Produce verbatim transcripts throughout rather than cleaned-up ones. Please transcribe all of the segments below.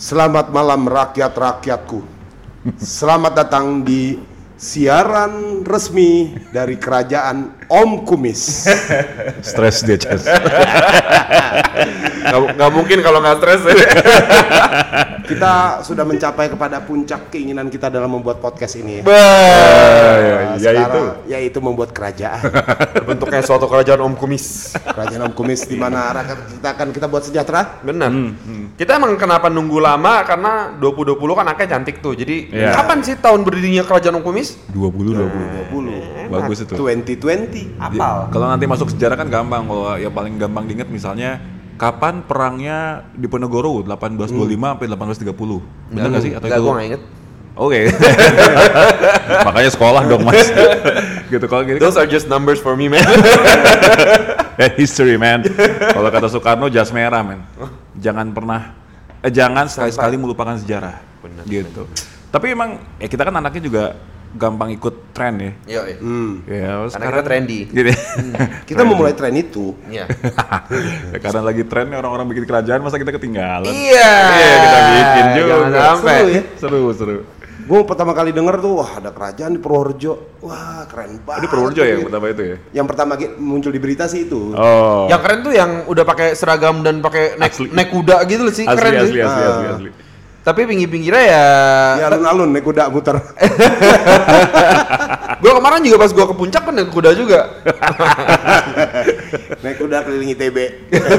Selamat malam rakyat-rakyatku. Selamat datang di siaran resmi dari kerajaan Om Kumis. Stres dia, Cas. Gak, gak mungkin kalau gak stres. Kita sudah mencapai kepada puncak keinginan kita dalam membuat podcast ini. Bah, ya, ya itu. Yaitu membuat kerajaan. Bentuknya suatu kerajaan Om Kumis. Kerajaan Om Kumis di mana rakyat kita akan kita buat sejahtera. Benar. Hmm, hmm. Kita emang kenapa nunggu lama karena dua ribu dua puluh kan angkanya cantik tuh. Jadi yeah. Kapan sih tahun berdirinya kerajaan Om Kumis? dua puluh dua puluh. dua puluh. Bagus itu. dua ribu dua puluh. Apal. Kalau nanti masuk sejarah kan gampang. Kalau yang paling gampang diingat misalnya kapan perangnya di Diponegoro delapan belas dua puluh lima hmm. sampai delapan belas tiga puluh. Benar enggak sih atau Nggak, itu? Gua enggak inget. Oke. Okay. Makanya sekolah dong, Mas. Gitu kalau gitu. Those are just numbers for me, man. History, man. Kalau kata Soekarno jas merah, man. Jangan pernah eh, jangan sekali-sekali melupakan sejarah. Benar. Gitu. Tapi emang ya kita kan anaknya juga gampang ikut tren ya. Iya, iya. Hmm. Ya, Karena sekarang kita trendy. Gitu. Hmm. Kita memulai tren itu. Iya. Ya, karena lagi tren orang-orang bikin kerajaan, masa kita ketinggalan? Iya. Iya, kita bikin juga. Jangan sampai. Seru ya? Seru, seru. Gue pertama kali denger tuh, wah ada kerajaan di Purworejo. Wah keren banget. Ini Purworejo ya yang pertama itu ya? Yang pertama muncul di berita sih itu. Oh. Yang keren tuh yang udah pakai seragam dan pakai naik, naik kuda gitu loh sih. Asli, Keren asli, sih. asli, Ah. asli, asli. Tapi pinggir-pinggirnya ya. Ya alun-alun naik kuda muter. Gue kemarin juga pas gue ke puncak kan naik kuda juga. Naik kuda keliling I T B.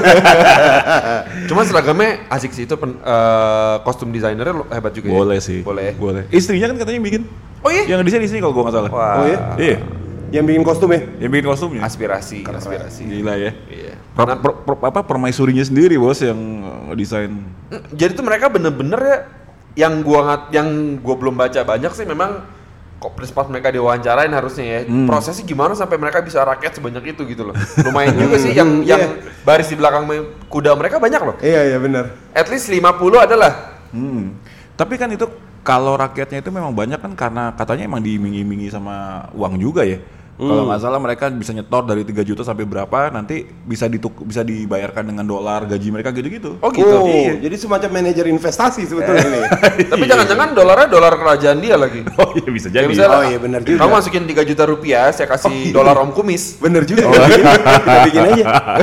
Cuma seragamnya asik sih, itu pen, uh, kostum desainernya lo- hebat juga. Boleh ya? sih. Boleh. Boleh. Istrinya kan katanya yang bikin. Oh iya? Yang desain istri kalau gue nggak salah. Wah. Oh iya? Iya. Yang bikin kostum ya? Yang bikin kostumnya. Aspirasi, aspirasi. Gila ya. Iya. Per, per, per, apa permaisurinya sendiri bos yang uh, desain. Jadi tuh mereka bener-bener ya, yang gua ngat, yang gua belum baca banyak sih memang kok pas mereka diwawancarain harusnya ya, Hmm. prosesnya gimana sampai mereka bisa rakyat sebanyak itu gitu loh. Lumayan juga sih yang Iya. yang baris di belakang me- kuda mereka banyak loh. Iya iya benar. At least lima puluh adalah. Hmm. Tapi kan itu kalau rakyatnya itu memang banyak kan karena katanya emang diiming-imingi sama uang juga ya. Hmm. Kalau nggak salah mereka bisa nyetor dari tiga juta sampai berapa nanti bisa dituk bisa dibayarkan dengan dolar gaji mereka gitu-gitu. Oh gitu. Oh, Iya. jadi semacam manajer investasi sebetulnya ini. Tapi jangan-jangan dolarnya dolar kerajaan dia lagi. Oh iya bisa jadi. Ya, misalnya, Oh iya, benar juga. Kamu masukin tiga juta rupiah, saya kasih dolar Om Kumis. Bener juga. Kita bikin aja.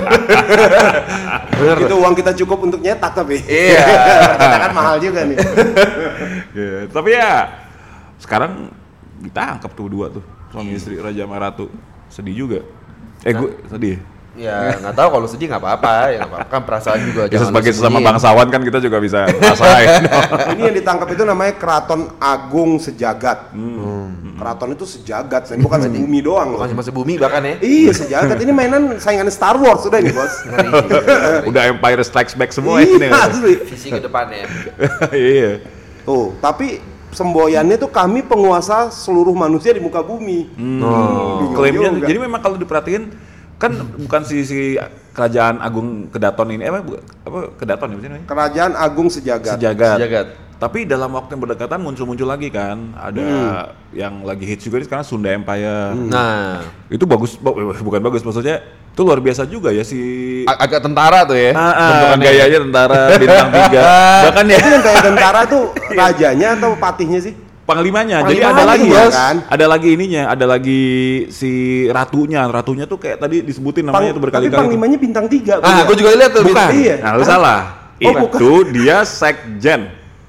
Bener. Itu uang kita cukup untuk nyetak tapi. Iya. Kita kan mahal juga nih. Ya, tapi ya sekarang ditangkap tuh dua tuh suami istri Raja sama Ratu. Sedih juga. Eh gue sedih. Ya nggak tahu, kalau sedih nggak apa-apa, ya nggak apa-apa, kan perasaan juga. Ya, jangan sebagai sesama disembunyiin. bangsawan kan kita juga bisa rasain. Ini yang ditangkap itu namanya Keraton Agung Sejagat. Hmm. Keraton itu sejagat, bukan sebumi doang loh. Bukan cuma sebumi bahkan ya. Iya sejagat, ini mainan saingan Star Wars udah nih bos. Udah Empire Strikes Back semua Iya ini. asli. Visi ke depannya. Iya. Tuh, tapi semboyannya tuh kami penguasa seluruh manusia di muka bumi. Oh, klaimnya juga. jadi memang kalau diperhatiin kan bukan si, si kerajaan Agung Kedaton ini eh, apa, apa Kedaton ya maksudnya? Kerajaan Agung Sejagat. Sejagat. Sejagat. Tapi dalam waktu yang berdekatan muncul-muncul lagi kan ada Hmm. yang lagi hits juga ini sekarang Sunda Empire. Nah, Itu bagus bu- bukan bagus maksudnya itu luar biasa juga ya si ag- agak tentara tuh ya. ah, ah, bentukannya. gayanya tentara bintang tiga. Bahkan ya Itu yang kayak tentara tuh rajanya atau patihnya sih? panglimanya. Jadi Panglimanya ada lagi juga ya, kan? ada lagi ininya, ada lagi si ratunya. Ratunya tuh kayak tadi disebutin namanya tuh Tapi berkali-kali. tuh. panglimanya bintang tiga. Ah, gue juga lihat tuh. Bukan. Iya. Nah, lu salah. Oh, Itu dia sekjen.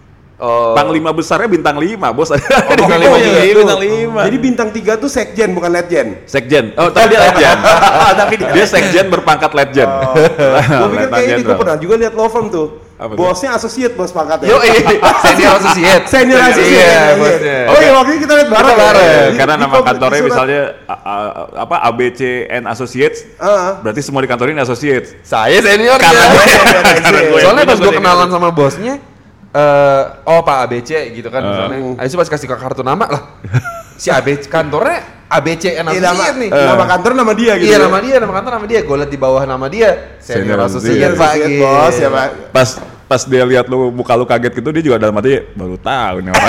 Oh. Panglima besarnya bintang lima, bos. Oh, bintang lima juga. Iya, bintang lima. Jadi bintang tiga tuh sekjen bukan letjen. Sekjen. Oh, tapi dia legend. Tapi dia, Dia sekjen berpangkat legend. Oh. Gue pikir Letnan kayak ini, gue Jenderal. pernah juga lihat law firm tuh. Apa tuh? Bosnya associate bos pangkatnya. Yo, eh, senior associate. Senior associate. Iya, Iya. bosnya. Oh iya, waktu itu kita lihat bareng. Kita bareng. ya. Eh, Karena Di- nama di- di kantornya surat. misalnya a- a- apa A B C and Associates, Ah. berarti semua di kantor ini Associates. Saya senior Karena ya. gue- karena gue yang Soalnya punya, pas gue gue kenalan yang sama bosnya, eh oh Pak A B C gitu kan Ah. misalnya. Ayo pas kasih ke kartu nama lah. Si A B C kantornya A B C N Iya, nama, Associate nih. nama kantor nama dia gitu. Iya ya. nama dia, nama kantor nama dia. Gue liat di bawah nama dia. Senior Senior associate associate. Pak. Associate, gitu. bos ya Pak. Pas pas dia lihat lu muka lu kaget gitu, dia juga dalam hati baru tahu nih apa.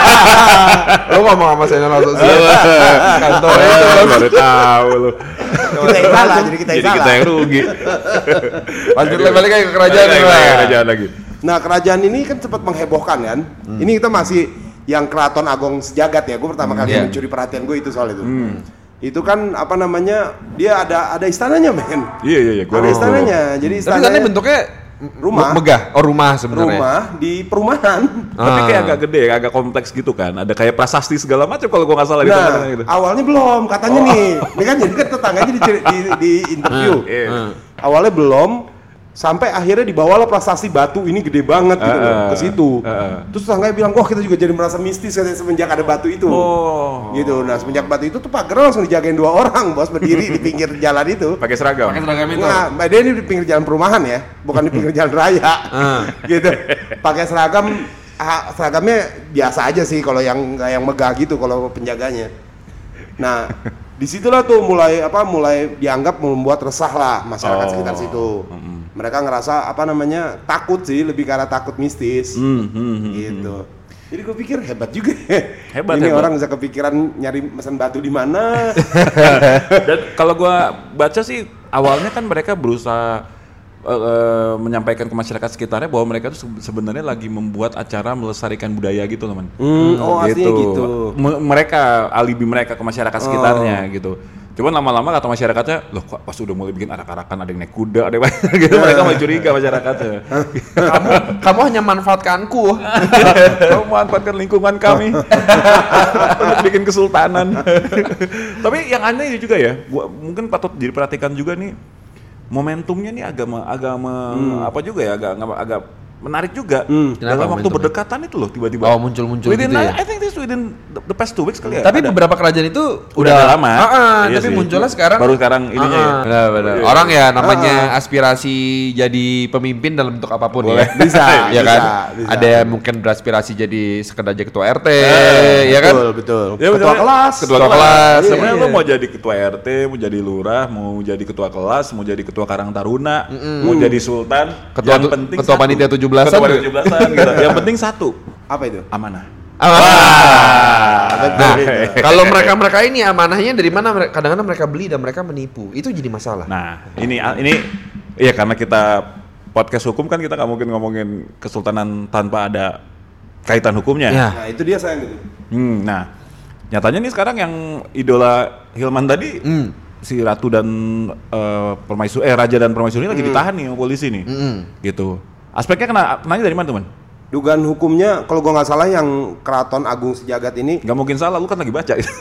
Lo ngomong sama senior associate kantornya itu. baru tahu lu. Kita yang salah, jadi kita yang Jadi salah. kita yang rugi. Lanjut balik lagi ke kerajaan Balik nih, lagi, Pak. kerajaan lagi. Nah, kerajaan ini kan sempat menghebohkan kan. Hmm. Ini kita masih yang Keraton Agung Sejagat ya. Gue pertama hmm, kali yeah. mencuri perhatian gue itu soal itu. Hmm. Itu kan apa namanya? Dia ada ada istananya, men. Iya iya iya. Ada istananya. Jadi istananya. Tapi kan bentuknya rumah megah. Oh, rumah sebenarnya. Rumah di perumahan. Ah. Tapi kayak agak gede, agak kompleks gitu kan. Ada kayak prasasti segala macam kalau gua nggak salah nah, di tengah-tengah gitu. Awalnya belum, katanya oh. nih. Ini kan jadi kan tetangganya di, di, di interview. Uh, yeah. uh. Awalnya belum. Sampai akhirnya dibawalah prasasti batu ini gede banget gitu uh, loh, ke situ. Uh, uh. Terus tetangganya bilang, wah kita juga jadi merasa mistis katanya semenjak ada batu itu. Oh. Gitu. Nah semenjak batu itu tuh pagar langsung dijagain dua orang, bos berdiri di pinggir jalan itu. Pakai seragam. Pakai seragam itu. Nah, dia ini di pinggir jalan perumahan ya, bukan di pinggir jalan raya. Uh. Gitu. Pakai seragam, ah, seragamnya biasa aja sih kalau yang yang megah gitu kalau penjaganya. Nah, disitulah tuh mulai apa mulai dianggap membuat resah lah masyarakat oh. sekitar situ. Mm-hmm. Mereka ngerasa apa namanya takut sih, lebih karena takut mistis, mm-hmm. gitu. Jadi gue pikir hebat juga. Hebat. Ini hebat. Orang bisa kepikiran nyari mesin batu di mana. Dan kalau gue baca sih awalnya kan mereka berusaha uh, uh, menyampaikan ke masyarakat sekitarnya bahwa mereka tuh sebenarnya lagi membuat acara melestarikan budaya gitu, teman. Hmm, oh gitu. Artinya gitu. M- mereka alibi mereka ke masyarakat sekitarnya oh. gitu. Cuman lama-lama kata masyarakatnya, loh kok pas udah mulai bikin arak-arakan ada yang naik kuda, ada yang gitu, mereka mulai curiga masyarakatnya. kamu kamu hanya manfaatkanku. Kamu manfaatkan lingkungan kami untuk bikin kesultanan. Tapi yang aneh juga ya, gua mungkin patut diperhatikan juga nih, momentumnya nih agama agama hmm. apa juga ya, agak agak menarik juga. Hmm. Dalam waktu berdekatan itu loh tiba-tiba. Oh muncul-muncul within, gitu ya. I think this within the past two weeks kali ya. Tapi ada. Beberapa kerajaan itu udah, udah lama. Uh, uh, iya tapi sih. Munculnya sekarang. Baru sekarang ininya uh, uh. ya. Benar, benar. Iya. Orang ya namanya uh, aspirasi jadi pemimpin dalam bentuk apapun boleh. Ya. Bisa. Ya kan. Bisa. Ada yang mungkin beraspirasi jadi sekedar jadi ketua R T, uh, ya kan? Betul, betul. Ya, ketua kelas. Ketua, ketua kelas. Sebenarnya iya. Lo mau jadi ketua R T, mau jadi lurah, mau jadi ketua kelas, mau jadi ketua Karang Taruna, mm-hmm. mau jadi sultan. Ketua yang tu, penting ketua panitia tujuh belasan. Ketua panitia tujuh belasan. Gitu. Yang penting satu. Apa itu? Amanah. Ah. Nah, kalau mereka-mereka ini amanahnya dari mana? Kadang-kadang mereka beli dan mereka menipu. Itu jadi masalah. Nah, ini ini iya karena kita podcast hukum kan kita nggak mungkin ngomongin kesultanan tanpa ada kaitan hukumnya. Ya. Nah, itu dia sayang gitu. Hmm, nah, nyatanya nih sekarang yang idola Hilman tadi hmm. si Ratu dan uh, Permaisuri eh Raja dan Permaisuri ini hmm. lagi ditahan nih sama polisi nih. Hmm. Gitu. Aspeknya kena kenanya dari mana, teman? Dugaan hukumnya kalau gua nggak salah yang Keraton Agung Sejagat ini nggak mungkin salah, lu kan lagi baca itu.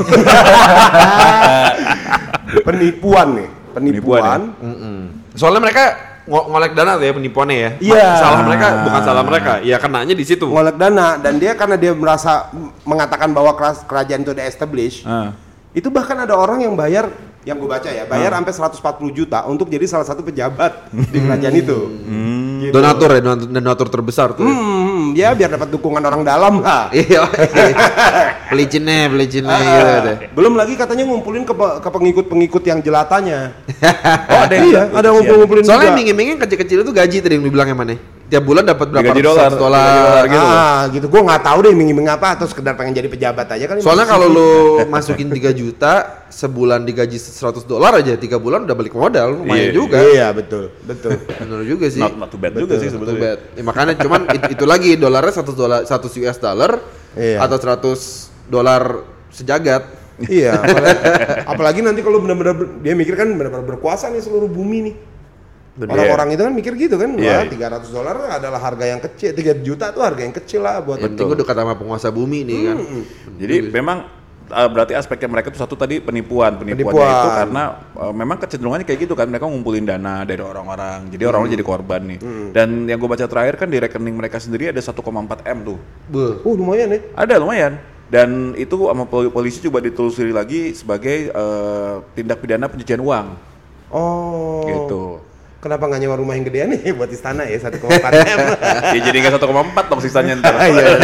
Penipuan nih, penipuan. penipuan ya? Soalnya mereka ng- ngolek dana tuh ya penipuannya ya. Iya. Salah mereka bukan salah mereka, ya kenanya di situ. Ngolek dana dan dia karena dia merasa mengatakan bahwa kerajaan itu udah established. Uh. Itu bahkan ada orang yang bayar, yang gue baca ya, bayar sampai uh. seratus empat puluh juta untuk jadi salah satu pejabat di kerajaan itu. Hmm. Gitu. Donatur ya, donatur terbesar tuh. Hmm, ya biar dapat dukungan orang dalam lah. Iya. Pelicinnya, pelicinnya uh, gitu deh. Belum lagi katanya ngumpulin ke, ke pengikut-pengikut yang jelatanya. Oh, ada iya, ada ngumpul-ngumpulin. Soalnya minggir-minggir kecil-kecil itu gaji tadi yang lu bilang yang mana? Tiap bulan dapat berapa ratus dolar, dolar gitu. Ah, gitu. Gua nggak tahu deh minggir-minggir apa atau sekedar pengen jadi pejabat aja kan. Soalnya kalau lu masukin tiga juta, sebulan digaji seratus dolar aja, tiga bulan udah balik modal, lumayan iya, juga. Iya, betul. Betul. Benar juga sih. Not, not too bad betul, juga sih sebetulnya. Ya, makanya cuman itu, itu lagi dolarnya seratus dolar, seratus U S dollar iya. Atau seratus dolar sejagat. Iya, apalagi, apalagi nanti kalau benar-benar dia mikir kan benar-benar berkuasa nih seluruh bumi nih. Bener. Orang-orang itu kan mikir gitu kan, yeah. Wah tiga ratus dolar adalah harga yang kecil, tiga juta tuh harga yang kecil lah buat penting gue dekat sama penguasa bumi nih hmm. kan. Jadi hmm. memang uh, berarti aspeknya mereka tuh satu tadi penipuan, penipuannya penipuan. Itu karena uh, memang kecenderungangannya kayak gitu kan, mereka ngumpulin dana dari orang-orang, jadi hmm. orang-orang jadi korban nih. Hmm. Dan yang gue baca terakhir kan di rekening mereka sendiri ada satu koma empat M tuh. Beuh. Oh lumayan ya? Ada lumayan. Dan itu sama polisi coba ditelusuri lagi sebagai uh, tindak pidana pencucian uang. Oh. Gitu. Kenapa nggak nyewa rumah yang gedean nih buat istana ya satu koma empat M? Ya jadi nggak satu koma empat dong sisanya ntar.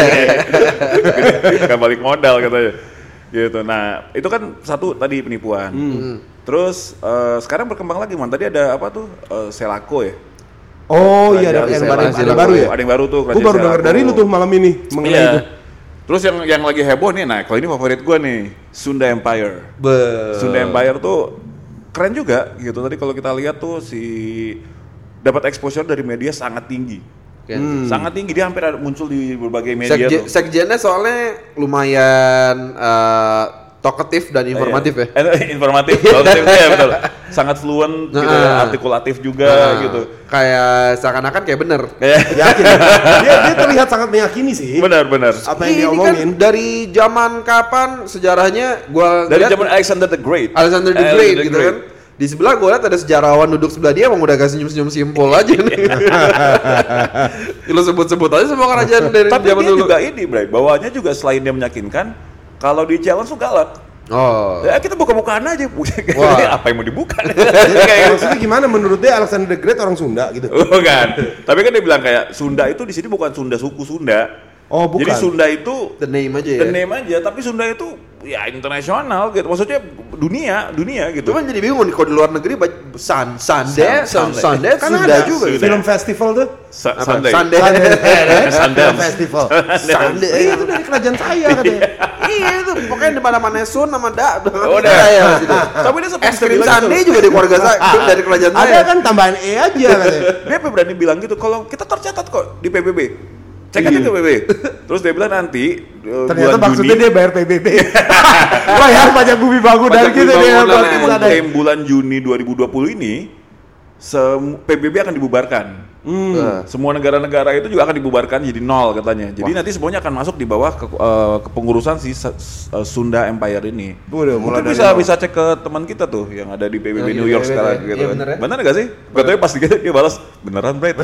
Nggak balik modal katanya. Gitu. Nah itu kan satu tadi penipuan. Hmm. Terus uh, sekarang berkembang lagi man. Tadi ada apa tuh uh, Selako ya? Oh iya ada yang baru, ada baru ya? Ada yang baru tuh. Gue baru dengar dari lu tuh malam ini mengenai iya. itu. Terus yang yang lagi heboh nih, nah kalau ini favorit gue nih, Sunda Empire. Be- Sunda Empire tuh keren juga gitu. Tadi kalau kita lihat tuh si dapat exposure dari media sangat tinggi. Hmm. Sangat tinggi, dia hampir ada muncul di berbagai media Sekjen, tuh. sekjennya soalnya lumayan uh, talkative dan informatif ya. Eh, informatif, talkative ya betul. Sangat fluent, gitu, Nah. artikulatif juga Nah, gitu. Kayak seakan-akan kayak bener. Kayak Yakin. dia, dia terlihat sangat meyakini sih. benar-benar. Apa yang dia Ini kan omongin. dari zaman kapan sejarahnya gua Dari lihat zaman Alexander the Great. Alexander the Eh, Great the gitu kan. Di sebelah gue lihat ada sejarawan duduk sebelah dia emang udah gak senyum-senyum simpul aja nih. Lo sebut-sebut aja semua kerajaan dari Tapi zaman dia dulu. juga ini, Bray, bawaannya juga selain dia meyakinkan, kalau di challenge tuh galak. Oh. Ya kita buka-bukaan aja. Wah. Apa yang mau dibuka? Jadi, maksudnya gimana menurut dia Alexander the Great orang Sunda gitu? Bukan. Tapi kan dia bilang kayak Sunda itu di sini bukan Sunda suku Sunda. Oh, bukan. Jadi Sunda itu The name aja ya. the name aja, tapi Sunda itu ya internasional gitu. Maksudnya dunia, dunia gitu. Cuman jadi bingung nih kalau di luar negeri baca- san sande San- san sande Kan Sunda ada juga. Sunda. film festival tuh. Sa- Apa? Sunday. Sunday. Sundance. Film festival. Sande. Iya, itu dari kerajaan saya katanya. Iya itu pokoknya di mana-mana sun sama da. Oh, udah dah. ya maksudnya. Tapi dia sempat Es krim bilang sande gitu. juga di keluarga saya dari kerajaan saya. Ada kan tambahan E aja katanya. Dia apa berani bilang gitu, kalau kita tercatat kok di P B B. Cek aja ke P B B. Terus dia bilang nanti uh, Ternyata bulan maksudnya Juni, dia bayar P B B. Bayar pajak bumi bangunan Pajak gitu bumi dia. bangunan, buat ya. kita ada. klaim bulan Juni dua ribu dua puluh ini sem- P B B akan dibubarkan. Hmm. Semua negara-negara itu juga akan dibubarkan jadi nol katanya. Jadi nanti semuanya akan masuk di bawah ke, uh, kepengurusan si S- S- Sunda Empire ini. Udah, mulai Mungkin dari bisa nol. bisa cek ke teman kita tuh yang ada di P B B Oh, New iya, York iya, sekarang iya. gitu. Iya, kan. bener ya? Bener nggak sih? Katanya pas gitu dia balas beneran Brad.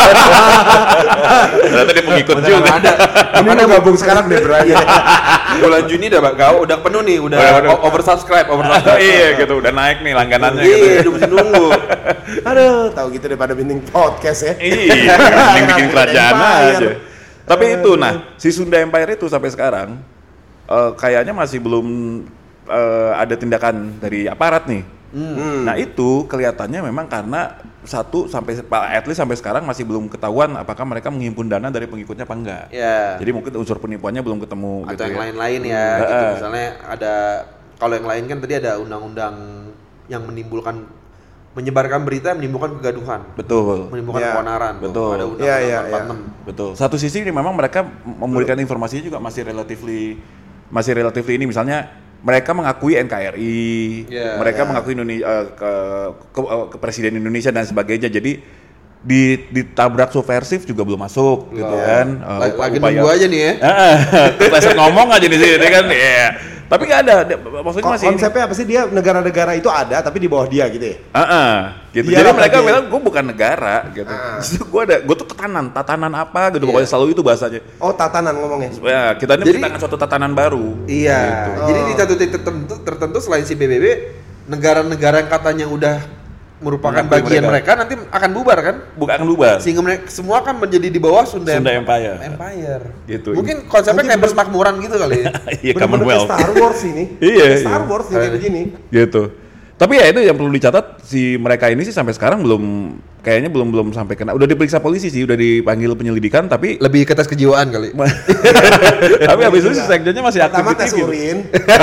Ternyata dia pengikut juga. Ada. Ini mau gabung sekarang deh berani. Bulan Juni udah gak udah penuh nih, udah Udah, udah. o- oversubscribe, oversubscribe. Iya gitu, udah naik nih langganannya gitu. Iya, udah mesti nunggu. Aduh, tahu gitu daripada bikin podcast ya. Iya, mending bikin kerajaan Empire. aja. Tapi itu, nah, si Sunda Empire itu sampai sekarang eh, kayaknya masih belum eh, ada tindakan dari aparat nih. Hmm. Nah itu kelihatannya memang karena satu sampai at least sampai sekarang masih belum ketahuan apakah mereka menghimpun dana dari pengikutnya apa enggak. Ya. Jadi mungkin unsur penipuannya belum ketemu. Atau gitu yang ya. lain-lain ya, Hmm. gitu. Heeh. Misalnya ada kalau yang lain kan tadi ada undang-undang yang menimbulkan menyebarkan berita yang menimbulkan kegaduhan, Betul. menimbulkan Ya, keonaran. tuh. betul. Ada Ya, undang-undang ya, empat puluh enam. Betul. Satu sisi ini memang mereka memberikan informasinya juga masih relatifly masih relatifly ini misalnya mereka mengakui N K R I, Ya, mereka ya. mengakui Indonesia eh, ke, ke, eh, ke Presiden Indonesia dan sebagainya. Jadi di ditabrak subversif juga belum masuk gitu kan. Eh, Lagi, upa- lagi upaya- nunggu aja nih ya. Heeh. Kepleset ngomong aja di sini kan. Iya. Tapi nggak ada. Dia- Maksudnya Ko- masih ini. Konsepnya apa sih dia negara-negara itu ada tapi di bawah dia gitu ya? Heeh, gitu. Dia Jadi lah mereka dia. bilang gue bukan negara gitu. Ah. Gue ada, gue tuh tatanan, tatanan apa gitu. Iya. Pokoknya selalu itu bahasanya. Oh, tatanan ngomongnya. Ya, kita ini Jadi- menciptakan suatu tatanan baru. Iya. Gitu. Jadi Oh. di satu titik tertentu, tertentu selain si P B B, negara-negara yang katanya udah merupakan Mengakui bagian mereka. mereka. nanti akan bubar kan? Bukan akan bubar. Sehingga mereka semua akan menjadi di bawah Sunda, Sunda Empire. Empire. Gitu. Mungkin konsepnya Anjir, kayak bener- persemakmuran gitu kali ya. Iya, Bener-bener kayak Commonwealth. Star Wars ini. Iya, Kayak Star iya. Wars nih kayak begini. Gitu. Tapi ya itu yang perlu dicatat, si mereka ini sih sampai sekarang belum kayaknya belum belum sampai kena. Udah diperiksa polisi sih, udah dipanggil penyelidikan tapi Lebih ke tes kejiwaan kali. tapi habis itu si sekjennya masih aktif Pertama di tes T V. urin.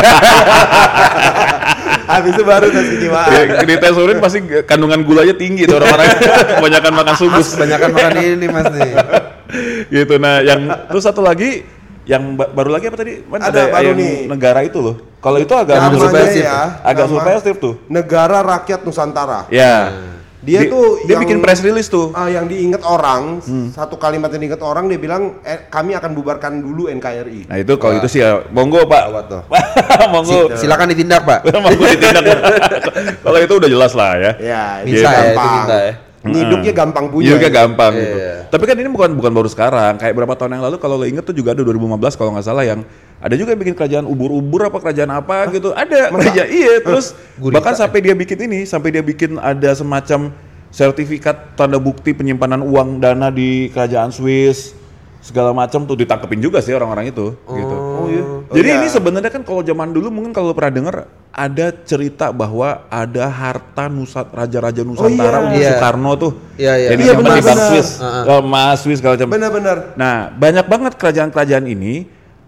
Habis itu baru tes kejiwaan. Ya, di tes urin pasti kandungan gulanya tinggi tuh orang-orang kebanyakan makan sugus. Mas, kebanyakan makan ini mas nih. Gitu. Nah, yang terus satu lagi yang ba- baru lagi apa tadi? Man, Ada baru yang nih. negara itu loh. Kalau itu agak Namanya subversif, ya, agak nama subversif tuh. Negara Rakyat Nusantara. Ya. Dia Di- tuh dia yang- bikin press release tuh. Ah, yang diingat orang, Hmm. satu kalimat yang diingat orang dia bilang eh, kami akan bubarkan dulu N K R I. Nah, itu kalau Wah. itu sih ya monggo, Pak. Gawat tuh. Monggo. Si- silakan ditindak pak. Monggo ditindak. Kalau itu udah jelas lah ya. Ya, Bisa dia ya, itu gampang. bisa ya. Ngidupnya gampang punya. Iya, juga gampang Iya. gitu. Tapi kan ini bukan bukan baru sekarang. Kayak berapa tahun yang lalu kalau lo inget tuh juga ada dua ribu lima belas kalau nggak salah yang ada juga yang bikin kerajaan ubur-ubur apa kerajaan apa gitu. Ada kerajaan iya terus Gurita. bahkan sampai dia bikin ini, sampai dia bikin ada semacam sertifikat tanda bukti penyimpanan uang dana di kerajaan Swiss segala macam tuh ditangkepin juga sih orang-orang itu gitu. Oh iya. Jadi Oh, ini iya. sebenarnya kan kalau zaman dulu mungkin kalau lo pernah dengar ada cerita bahwa ada harta Nusat raja-raja Nusantara iya. untuk Iya. Soekarno tuh. Iya, iya. Yang Iya, disimpan di bank benar-benar. Swiss, Heeh. eh, Mas Swiss segala macam. Benar-benar. Nah, banyak banget kerajaan-kerajaan ini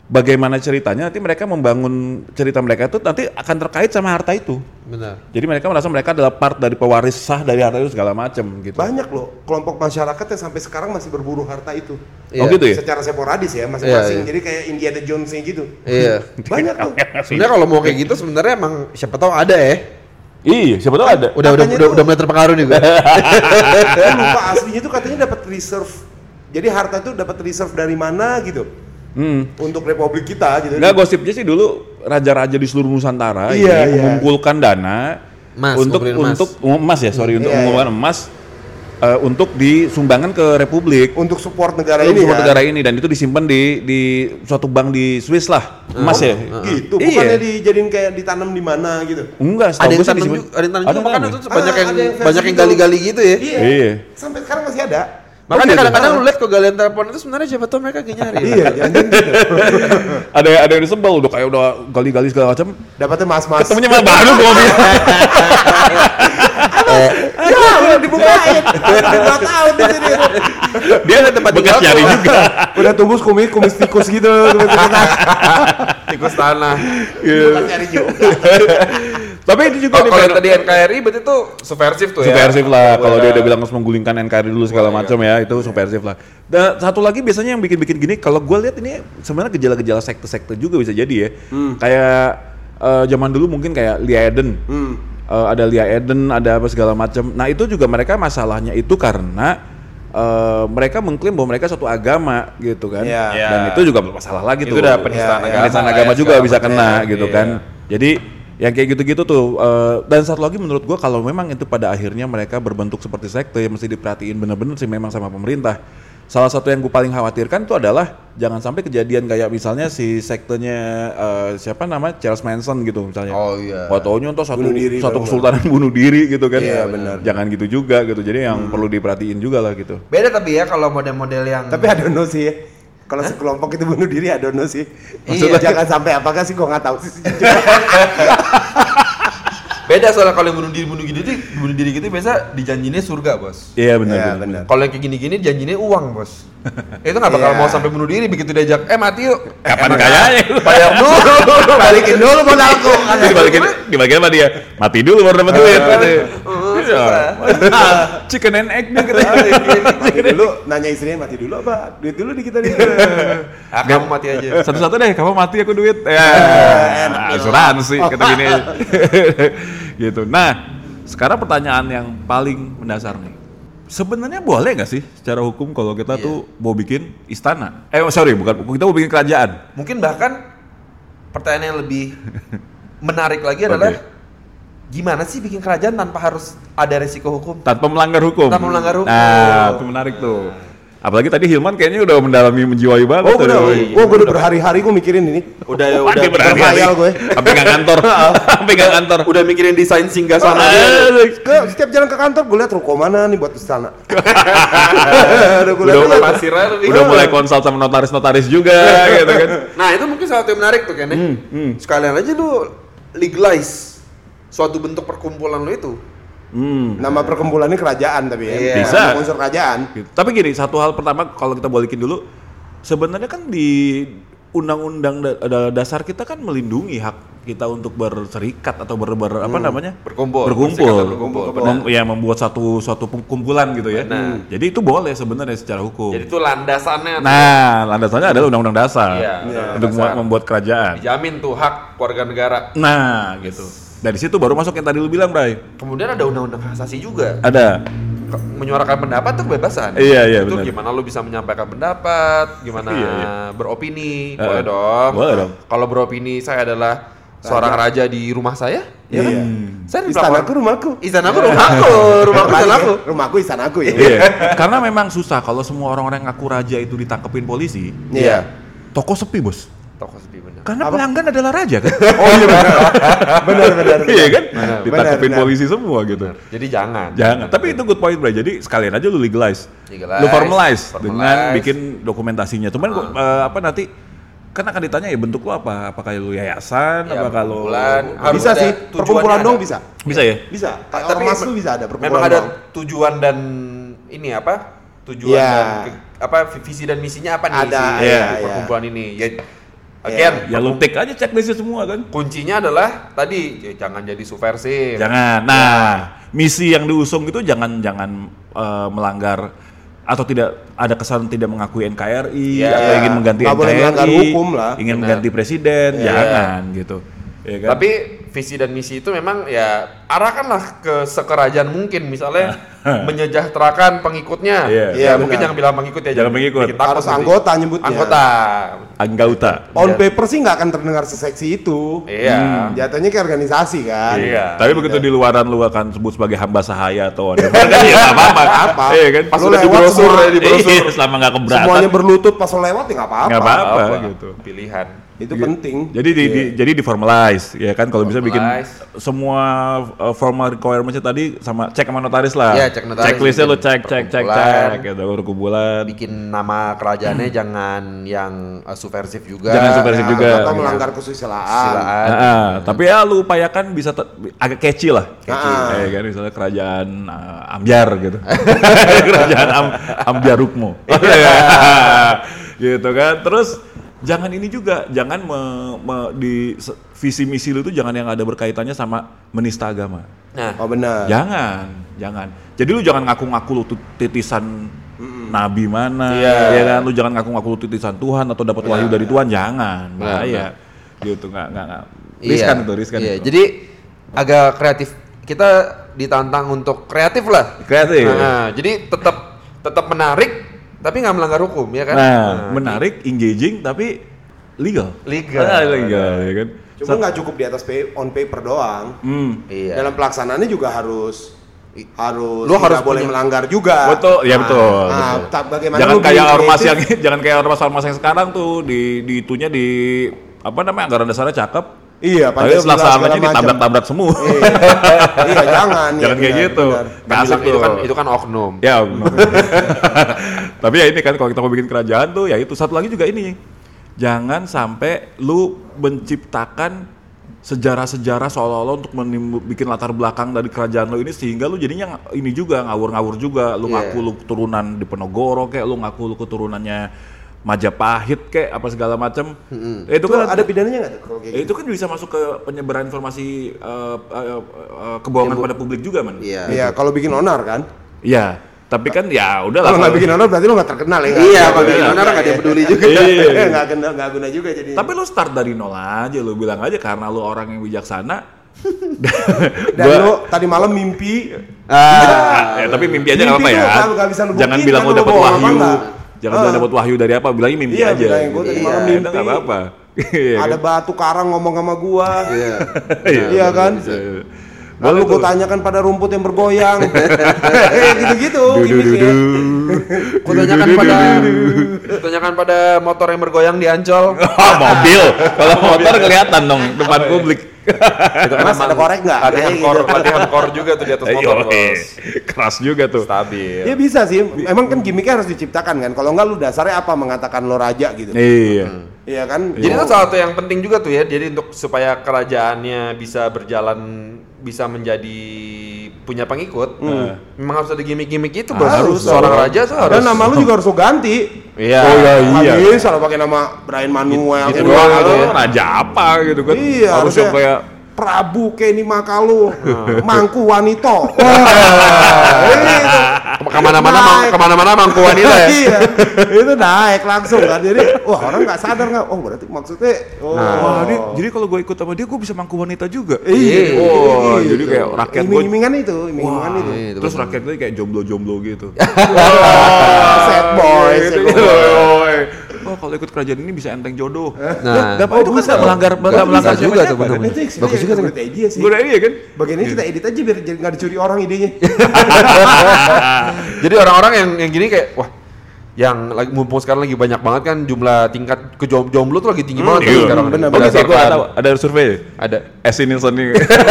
bagaimana ceritanya nanti mereka membangun cerita mereka itu nanti akan terkait sama harta itu. Benar. Jadi mereka merasa mereka adalah part dari pewaris sah dari harta itu segala macam gitu. Banyak loh kelompok masyarakat yang sampai sekarang masih berburu harta itu. Oh gitu ya? Secara sporadis ya masing-masing. Iya, iya. Jadi kayak Indiana Jones-nya gitu. Iya. Banyak tuh. Sebenarnya kalau mau kayak gitu sebenarnya emang siapa tahu ada ya. Iya, siapa tahu ada. Udah udah Katanya udah, tuh- udah mulai terpengaruh nih gue. Saya lupa aslinya tuh katanya dapat reserve. Jadi harta itu dapat reserve dari mana gitu. Hmm. Untuk republik kita gitu. Enggak, gosipnya sih dulu raja-raja di seluruh Nusantara Iya, ini iya. mengumpulkan dana Emas, untuk ngumpulin emas. untuk emas ya, sorry untuk Iya, mengumpulkan emas eh, untuk disumbangkan ke republik. Untuk support negara Untuk ini support kan. negara ini dan itu disimpan di di suatu bank di Swiss lah, emas ya. Gitu, Iya. bukannya dijadiin kayak ditanam di mana gitu. Enggak, Ada setahu yang gue sih tanam disimpan. juga, ada yang tanam Ada juga yang kan tanam itu ya? banyak Ah, yang ada yang banyak versi yang gitu. gali-gali gitu ya. Iya. Iya. Sampai sekarang masih ada. Makanya Oh, gitu. kadang-kadang lu lihat kok galian telepon itu sebenarnya siapa tahu mereka lagi nyari. Iya, jangan gitu. Ada ada yang disebel udah kayak udah gali-gali segala macam. Dapatnya mas-mas. Ketemunya malah baru gua bilang. Ya, udah dibukain. Dua tahun di sini. Dia ada tempat bekas nyari juga. Udah tumbuh kumis kumis tikus gitu, kumis tikus. Tikus tanah. Bukan nyari juga. Tapi itu juga Oh, nih, kalau Fer. yang tadi N K R I berarti itu subversif tuh ya. Subversif lah, kalau dia Udah- udah bilang harus menggulingkan N K R I dulu segala macam ya, itu subversif lah. Dan satu lagi biasanya yang bikin-bikin gini, kalau gue lihat ini sebenarnya gejala-gejala sekte-sekte juga bisa jadi ya. Kayak eh, zaman dulu mungkin kayak Lia Eden, Eh, ada Lia Eden, ada apa segala macam. Nah itu juga mereka masalahnya itu karena eh, mereka mengklaim bahwa mereka suatu agama gitu kan, Iya. dan Iya. itu juga masalah lagi Itu tuh. udah penistaan Iya, iya. agama. Penistaan lah agama ya, juga segala bisa macam. kena gitu Iya. kan. Jadi yang kayak gitu-gitu tuh eh, dan satu lagi menurut gua kalau memang itu pada akhirnya mereka berbentuk seperti sekte yang mesti diperhatiin bener-bener sih memang sama pemerintah. Salah satu yang gue paling khawatirkan itu adalah jangan sampai kejadian kayak misalnya si sektenya eh, siapa nama Charles Manson gitu misalnya. Oh, iya. Wah taunya tuh satu Bunuh diri satu baru-baru. kesultanan bunuh diri gitu kan. Iya, benar. Jangan gitu juga gitu. Jadi yang perlu diperhatiin juga lah gitu. Beda tapi ya kalau model-model yang Tapi adono sih ya. Kalau sekelompok itu bunuh diri adono sih. Iya. Maksudnya jangan sampai apakah sih gua nggak tahu sih. beda soalnya kalau yang bunuh diri bunuh diri bunuh diri gitu biasa dijanjinya surga, Bos. Iya benar. Iya, benar. benar. Kalau yang kayak gini-gini janjinya uang, Bos. Itu nggak bakal Iya. mau sampai bunuh diri begitu diajak, eh mati yuk. Kapan Emang kayaknya? Bayar dulu, balikin dulu modalku. Dibalikin dibalikin sama dia. Mati dulu baru dapat duit. katanya. Oh, Iya. susah. Chicken and egg nih katanya. Mati dulu, nanya istrinya mati dulu apa? Duit dulu di kita nih. Ah, kamu mati aja. Satu-satu deh, kamu mati aku duit. Ya, asuransi kata gini. Gitu. Nah, sekarang pertanyaan yang paling mendasar nih. Sebenarnya boleh nggak sih secara hukum kalau kita Iya. tuh mau bikin istana? Eh sorry, bukan kita mau bikin kerajaan. Mungkin bahkan pertanyaan yang lebih menarik lagi adalah Oke. gimana sih bikin kerajaan tanpa harus ada resiko hukum? Tanpa melanggar hukum. Tanpa melanggar hukum. Nah, itu menarik tuh. Apalagi tadi Hilman kayaknya udah mendalami menjiwai banget. Oh, tuh. udah. Oh, gue udah berhari-hari gue mikirin ini. Udah Wah, udah dia berhari-hari. berkhayal gue. Sampai nggak kantor. Sampai nggak kantor. udah mikirin desain singgah sana. Ke setiap jalan ke kantor gue lihat ruko mana nih buat istana. Udah gue Udah, lihat. pasir aja lebih. udah mulai konsult sama notaris-notaris juga gitu kan. Nah, itu mungkin salah satu yang menarik tuh kan ya. Sekalian aja lu legalize suatu bentuk perkumpulan lu itu. Hmm. Nama perkumpulannya kerajaan tapi ya. Iya. Bisa. Nama unsur kerajaan. Gitu. Tapi gini, satu hal pertama kalau kita balikin dulu, sebenarnya kan di undang-undang da- da- dasar kita kan melindungi hak kita untuk berserikat atau ber, ber- apa namanya? Berkumpul. Berkumpul. Berserikat dan berkumpul, Mem- ya membuat satu suatu kumpulan gitu ya. Benar. Jadi itu boleh sebenarnya secara hukum. Jadi itu landasannya tuh. Nah, landasannya adalah undang-undang dasar Iya, untuk dasar. membuat kerajaan. dijamin tuh hak warga negara. Nah, gitu. Dari situ baru masuk yang tadi lu bilang, Bray. Kemudian ada undang-undang hak asasi juga. Ada. Ke- Menyuarakan pendapat tuh kebebasan. Iya, iya, Itu benar. gimana lu bisa menyampaikan pendapat, gimana Iya, iya. beropini, Eh, boleh dong. boleh dong. Kalau beropini saya adalah seorang raja di rumah saya, ya kan? Iya. Saya di Istanaku belakang- rumahku. Istanaku rumahku, rumahku Balik istanaku. ya, rumahku istanaku ya. Iya. Karena memang susah kalau semua orang-orang yang ngaku raja itu ditangkepin polisi. Iya. Toko sepi, Bos. Toko sepi bener. Karena Apa? pelanggan adalah raja kan? Oh iya benar. Benar benar. Iya kan? Benar, Ditangkepin benar. polisi semua gitu. Jadi jangan. Jangan. Tapi itu good point, Bray. Jadi sekalian aja lu legalize. Legalize, Lu formalize, formalize. dengan bikin dokumentasinya. Cuman gua, eh, apa nanti kan akan ditanya ya bentuk lu apa? Apakah lu yayasan? Ya, apa kalau perkumpulan. Harus Bisa ada sih. tujuannya Perkumpulan ada. dong bisa. bisa ya? Bisa. Kayak Tapi ormas me- tuh bisa ada perkumpulan. Memang ada dong. tujuan dan ini apa? Tujuan Iya. dan ke- apa visi dan misinya apa nih Ada, si iya, perkumpulan ini? Ya Again, Ya lu tik aja checklistnya semua kan. kuncinya adalah tadi ya, jangan jadi subversif. Jangan. Nah, misi yang diusung itu jangan jangan uh, melanggar atau tidak ada kesan tidak mengakui N K R I, Yeah. atau ingin mengganti Nggak N K boleh R I, melanggar hukum lah. ingin Benar. mengganti presiden, Yeah. jangan gitu. Ya kan? Tapi visi dan misi itu memang ya arahkanlah ke sekerajaan mungkin, misalnya menyejahterakan pengikutnya. Iya. Ya Iya, mungkin benar. jangan bilang pengikut ya. Jangan pengikut. bikin takut Harus nanti. anggota nyebutnya. Anggota. Anggota. On paper sih nggak akan terdengar seseksi itu. Iya. Jatuhnya ke organisasi kan. Iya. Tapi begitu di luaran lu akan sebut sebagai hamba sahaya atau whatever kan ya nggak apa-apa. Apa? Iya kan? Pas Lu udah di lewat brosur semua- ya, di brosur. Iya, selama nggak keberatan. Semuanya berlutut pas lo lewat ya nggak apa-apa. Nggak apa-apa. Apa? gitu. Pilihan. Itu penting. Jadi di, di jadi di formalize ya kan kalau bisa bikin Formalize. semua uh, formal requirements tadi sama cek sama notaris lah. Iya, cek notaris. Checklistnya lu Bikin cek cek cek perkumpulan. cek gitu perkumpulan. Bikin nama kerajaannya jangan yang uh, subversif juga. Jangan subversif Ya, juga. atau melanggar kesusilaan. Silaan. Nah, tapi ya lu upayakan bisa te- agak catchy lah. Catchy. Ya kan misalnya kerajaan uh, Ambyar gitu. kerajaan Am, Ambyarukmo. gitu kan. Terus jangan ini juga, jangan me, me- di se- visi misi lu tuh jangan yang ada berkaitannya sama menista agama. Nah, Oh benar. Jangan, jangan. Jadi lu jangan ngaku-ngaku lu tuh titisan nabi mana, Iya. ya kan? Lu jangan ngaku-ngaku lu titisan Tuhan atau dapat wahyu dari Tuhan, jangan. Benar, Bahaya. Gitu, nggak nggak nggak. Riskan iya. itu, riskan Iya, itu. jadi agak kreatif. Kita ditantang untuk kreatif lah. Kreatif. Nah, jadi tetap tetap menarik tapi nggak melanggar hukum ya kan? Nah, menarik, engaging, tapi legal. Legal. Ah, legal, ya kan? Cuma nggak cukup di atas pay, on paper doang. Hmm. Iya. Dalam pelaksanaannya juga harus harus Lu tidak harus boleh punya- melanggar juga. Betul, ya Nah, betul. Nah, betul. ta- bagaimana jangan lu kayak being ormas kreatif? yang jangan kayak ormas ormas yang sekarang tuh di di itunya di apa namanya anggaran dasarnya cakep. Iya, Tapi Pancasila pelaksanaannya segala macam. ditabrak-tabrak semua. Iya, iya jangan. iya, Jangan kayak benar, gitu. benar. Kan Nggak asik bilang itu tuh. kan itu kan oknum. Ya. Tapi ya ini kan kalau kita mau bikin kerajaan tuh ya itu satu lagi juga ini. Jangan sampai lu menciptakan sejarah-sejarah seolah-olah untuk menimbu, bikin latar belakang dari kerajaan lo ini sehingga lu jadinya ng- ini juga ngawur-ngawur juga. Lu Iya. ngaku lu keturunan Diponegoro kayak lu ngaku lu keturunannya Majapahit kayak apa segala macam. Hmm. Itu Itu kan ada pidananya nggak tuh kalau kayak ya, gitu? itu kan bisa masuk ke penyebaran informasi uh, uh, uh, kebohongan pada publik juga, man. Iya. Iya, kalau bikin onar kan. Iya, tapi kan ya udahlah. Kalau nggak bikin onar berarti lu nggak terkenal ya. Iya, nggak? kalau bikin Iya, onar nggak ada yang peduli juga. Iya. Nggak guna, nggak guna juga jadi. Tapi lu start dari nol aja, lu bilang aja karena lu orang yang bijaksana. Dan Gua- lu tadi malam mimpi. Ah, ya, tapi mimpi aja nggak Mimpi apa-apa ya. tuh nggak- nggak bisa lu Jangan buktiin bilang kan lu lu dapat bohong apa wahyu. nggak? Jangan Ah. bilang dapat wahyu dari apa, bilangnya mimpi Iya, aja. bilangin gua tadi Iya, malam itu mimpi. nggak apa-apa. Iya, Ada kan? batu karang ngomong sama gua. iya. Iya kan? Iya. Lalu Boleh gue tuh. tanyakan pada rumput yang bergoyang. Gitu-gitu. Du, du, du, gimmicknya. du. Ku tanyakan pada ku tanyakan pada motor yang bergoyang di Ancol. Oh, mobil. Kalau motor kelihatan dong depan publik. Itu kan Mas, emang ada korek nggak? Latihan Kayaknya kor, gitu. latihan kor juga tuh di atas motor, Ayo, eh, Bos. keras juga tuh. Stabil. Ya bisa sih. Emang kan gimmicknya harus diciptakan kan. Kalau enggak lu dasarnya apa mengatakan lo raja gitu. Iya. Iya kan? Jadi itu salah satu yang penting juga tuh ya. Jadi untuk supaya kerajaannya bisa berjalan, bisa menjadi punya pengikut, memang harus ada gimmick-gimmick itu, Bos. Harus. Seorang raja tuh harus. Dan nama lu juga harus lu ganti. Iya. Oh, iya, iya. Nggak bisa lo pakai nama Brian Manuel. Gitu Ini doang Manuel. gitu ya. Raja apa gitu kan? Iya, Harus yang harusnya kayak Prabu Kenny Makalu, Mangku Wanito. Wah, Kemana-mana, mang, Naik. kemana-mana mangku wanita ya. Iya, itu naik langsung kan. Jadi, wah orang nggak sadar nggak. Oh berarti maksudnya, oh, wah, ini, jadi kalau gue ikut sama dia gue bisa mangku wanita juga. Iya. Oh, Gitu. jadi kayak rakyat gue. Iming-imingan itu, iming-imingan itu. Itu Terus betul. rakyat gue kayak jomblo-jomblo gitu. Sad boys, gitu, sad gitu. boys. Oh, kalau ikut kerajaan ini bisa enteng jodoh. Nah, Dapat oh, itu kan bisa. nggak melanggar, nggak Bisa melanggar juga siapa-siapa tuh, bener. kan? Itu sebenarnya Bagus juga tuh. menurut idea sih. Gue udah iya kan? Bagian ini kita edit aja biar jadi nggak dicuri orang idenya. Jadi orang-orang yang yang gini kayak wah, yang lagi mumpung sekarang lagi banyak banget kan jumlah tingkat kejomblo tuh lagi tinggi banget tuh Iya, sekarang. bener, Oh, gitu, gue Berdasarkan- tahu. Ada survei. Ada. S. Nielsen nih.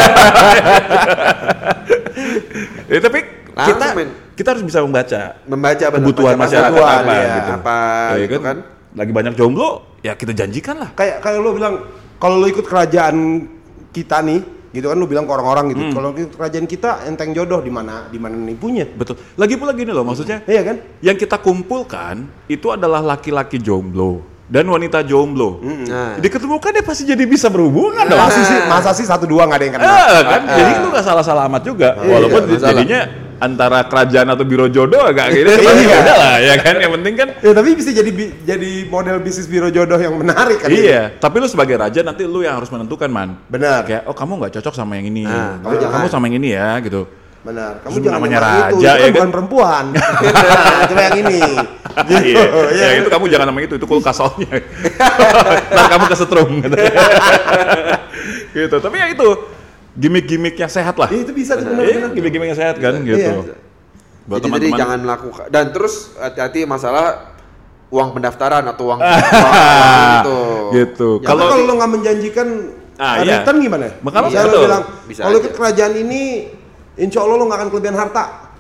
Ya, tapi Langsung, kita men. kita harus bisa membaca Membaca bener, kebutuhan baca masyarakat kebutuhan, apa iya, gitu. apa Ya, gitu kan. Lagi banyak jomblo, ya kita janjikan lah. Kayak kayak lo bilang kalau lo ikut kerajaan kita nih, gitu kan lo bilang ke orang-orang gitu. Kalau ikut kerajaan kita enteng jodoh di mana di mana nipunya. Betul. Lagi pula gini loh maksudnya. Iya kan? Yang kita kumpulkan itu adalah laki-laki jomblo dan wanita jomblo. Nah. Diketemukan dia pasti jadi bisa berhubungan dong. Masa sih, masa sih satu dua nggak ada yang kena. Eh, kan? Jadi itu nggak salah-salah amat juga. Walaupun iya, jadinya antara kerajaan atau biro jodoh agak gitu. Iya. Tapi ya udah lah ya kan. Yang penting kan. Ya tapi bisa jadi bi- jadi model bisnis biro jodoh yang menarik kan. Iya. Tapi lu sebagai raja nanti lu yang harus menentukan, man. Benar. Kayak oh kamu nggak cocok sama yang ini. Nah, kamu, jangan. kamu sama yang ini ya gitu. Benar. Kamu Terus jangan namanya yang raja, itu, itu ya kan kan? bukan perempuan. Nah, coba yang ini. Gitu. Iya. Ya, Ya itu kamu jangan sama itu, itu kulkasolnya. Ntar kamu kesetrum gitu. Gitu. Tapi ya itu gimmick-gimmick yang sehat lah. Iya, itu bisa tuh Iya, benar-benar. gimmick-gimmick yang sehat kan Iya. gitu. Buat Jadi tadi teman-teman. jangan melakukan dan terus hati-hati masalah uang pendaftaran atau uang, uang itu. Gitu. Ya, Kalau kalau lo nggak menjanjikan Ah, iya. return gimana? Makanya Misalnya lo betul. bilang, Bisa kalau aja. ikut kerajaan ini, insya Allah lo nggak akan kelebihan harta.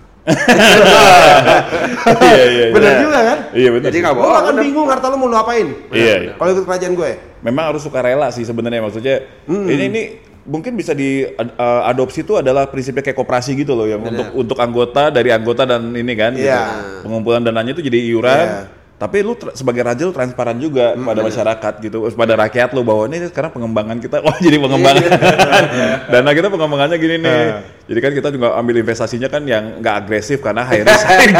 Iya, iya, iya. Bener juga kan? Iya benar. Jadi nggak Lo bohong. akan bener. bingung harta lo mau lo apain. Iya, iya. Kalau ikut kerajaan gue. Memang harus suka rela sih sebenarnya maksudnya. Ini ini mungkin bisa diadopsi itu adalah prinsipnya kayak koperasi gitu loh yang untuk untuk anggota dari anggota dan ini kan. gitu. Iya. Pengumpulan dananya itu jadi iuran. Iya. Tapi lu tra- sebagai raja lu transparan juga kepada masyarakat gitu, kepada rakyat lu bahwa ini sekarang pengembangan kita, wah jadi pengembangan. Dana kita pengembangannya gini nih. Jadi kan kita juga ambil investasinya kan yang nggak agresif karena high risk.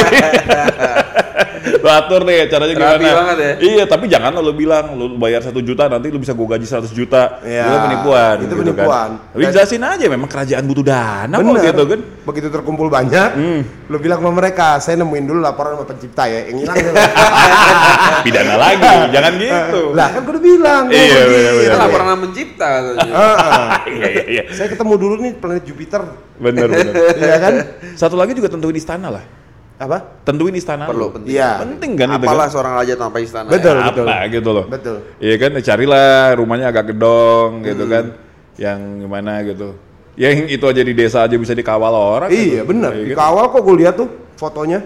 Lu atur nih caranya Rapi gimana. banget ya. Iya, tapi jangan lu bilang lu bayar satu juta nanti lu bisa gua gaji seratus juta. Iya, Itu penipuan. itu gitu penipuan. Kan. Tapi jelasin aja memang kerajaan butuh dana kok Bener. gitu kan. Begitu terkumpul banyak, lo bilang sama mereka, saya nemuin dulu laporan sama pencipta ya, yang hilang dulu. Pidana lagi, jangan gitu. Lah kan gue udah bilang, Iya, gua pergi, bener, bener. gitu. Kita laporan sama pencipta katanya. Heeh. Iya, iya, iya. Saya ketemu dulu nih planet Jupiter, Bener, bener. iya kan? Satu lagi juga tentuin istana lah. Apa? Tentuin istana Perlu, lu. penting. Iya. Penting kan itu Apalah kan. seorang raja tanpa istana. Betul. ya. Apa gitu loh. Betul. Iya kan, carilah rumahnya agak gedong gitu kan. Yang gimana gitu. Yang itu aja di desa aja bisa dikawal orang. Iya gitu. bener, Iya kan? dikawal kok gue lihat tuh fotonya.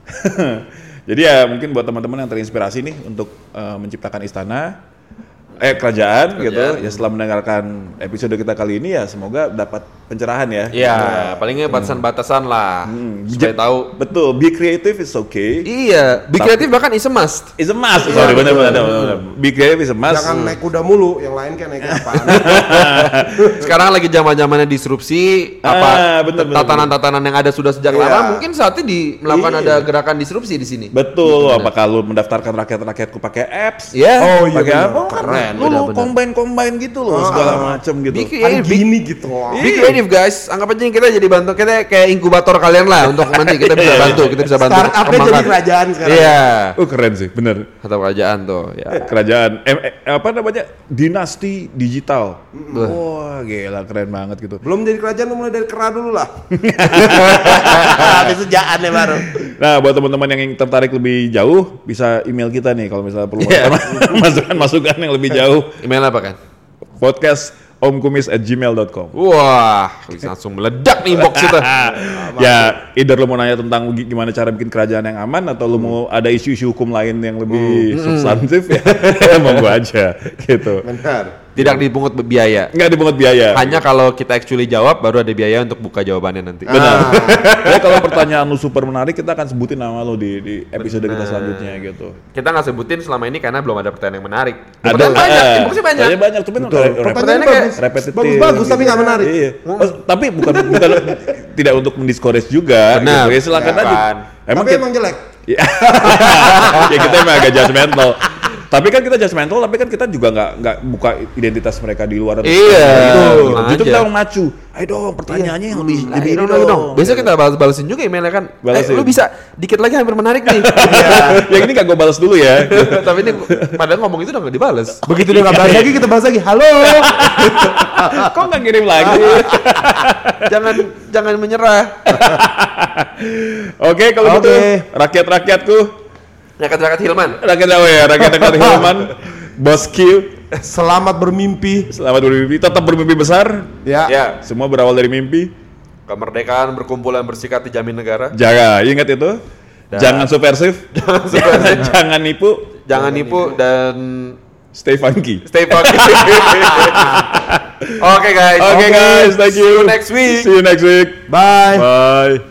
Jadi ya mungkin buat teman-teman yang terinspirasi nih untuk eh, menciptakan istana eh kerajaan, gitu. Ya setelah mendengarkan episode kita kali ini ya semoga dapat pencerahan ya. Iya, palingnya batasan-batasan lah. Supaya tahu. Betul, be creative is okay. Iya, be kreatif bahkan is a must. Is a must. Sorry, benar benar benar. Be creative is a must. Jangan naik kuda mulu, yang lain kan naik apa? Sekarang lagi zaman-zamannya disrupsi, Ah, apa bener, bener, tatanan-tatanan yang ada sudah sejak Iya. lama, mungkin saatnya di melakukan Iya. ada gerakan disrupsi di sini. Betul, apakah lu mendaftarkan rakyat-rakyatku pakai apps? Iya. Oh iya Pakai bener. apa? Kan Keren, lu lu bener-bener. combine-combine gitu loh, segala macem gitu. Be Kan creative, be, gini gitu. be creative guys. Anggap aja kita jadi bantu, kita kayak inkubator kalian lah untuk nanti kita bisa bantu, kita bisa bantu. Startupnya jadi kembangkan. kerajaan sekarang. Iya. Oh keren sih, bener. Kata kerajaan tuh, ya. Kerajaan, eh, eh, apa namanya? Dinasti digital. Wah, gila keren banget gitu. Belum jadi kerajaan, lu mulai dari kera dulu lah. Habis sejaan ya baru. Nah, buat teman-teman yang ingin tertarik lebih jauh, bisa email kita nih kalau misalnya perlu Iya. masukan-masukan yang lebih jauh. Email apa kan? Podcast omkumis at gmail dot com. Wah, bisa langsung meledak nih inbox kita. Ya, either lu mau nanya tentang gi- gimana cara bikin kerajaan yang aman atau lu mau ada isu-isu hukum lain yang lebih substantif ya, monggo aja gitu. Benar. Tidak dipungut biaya. Nggak dipungut biaya. Hanya kalau kita actually jawab baru ada biaya untuk buka jawabannya nanti. Benar. Ya kalau pertanyaan lu super menarik kita akan sebutin nama lu di, di episode kita selanjutnya gitu. Kita nggak sebutin selama ini karena belum ada pertanyaan yang menarik. Ada Pertanyaan banyak, eh, inboxnya banyak. pertanyaan banyak, cuman Betul. re- re- Pertanyaannya kayak bagus. repetitif. Bagus-bagus tapi nggak menarik. Iya. Oh, tapi bukan bukan tidak untuk mendiscourage juga. Benar. Gitu. Ya, silakan Bukan. aja. Emang Tapi kita, emang jelek. ya, ya kita emang agak judgmental. Tapi kan kita judgmental, tapi kan kita juga nggak nggak buka identitas mereka di luar. Iya, Gitu. tenang Itu aja. kita mau macu. Ayo dong, pertanyaannya yang lebih Nah, lebih ini ini dong, dong. Biasa kita balas-balasin juga emailnya kan. Balasin. Eh, lu bisa dikit lagi hampir menarik nih. Yang ini gak gue balas dulu ya. Tapi ini padahal ngomong itu udah nggak dibalas. Begitu dia nggak bahas lagi, kita bahas lagi. Halo. Kok nggak kirim lagi? jangan jangan menyerah. Oke, kalau gitu Oke. rakyat-rakyatku, Rakyat-rakyat Hilman. rakyat apa ya? Rakyat-rakyat Hilman, Bos Q, Selamat bermimpi. selamat bermimpi, tetap bermimpi besar. Ya. Ya, Semua berawal dari mimpi. kemerdekaan berkumpul dan bersikat dijamin negara. Jaga, ingat itu. Jangan subversif. Jangan nipu. Jangan nipu dan Stay funky. stay focused. Oke guys. Oke guys, thank See you you. next week. See you next week. Bye. Bye.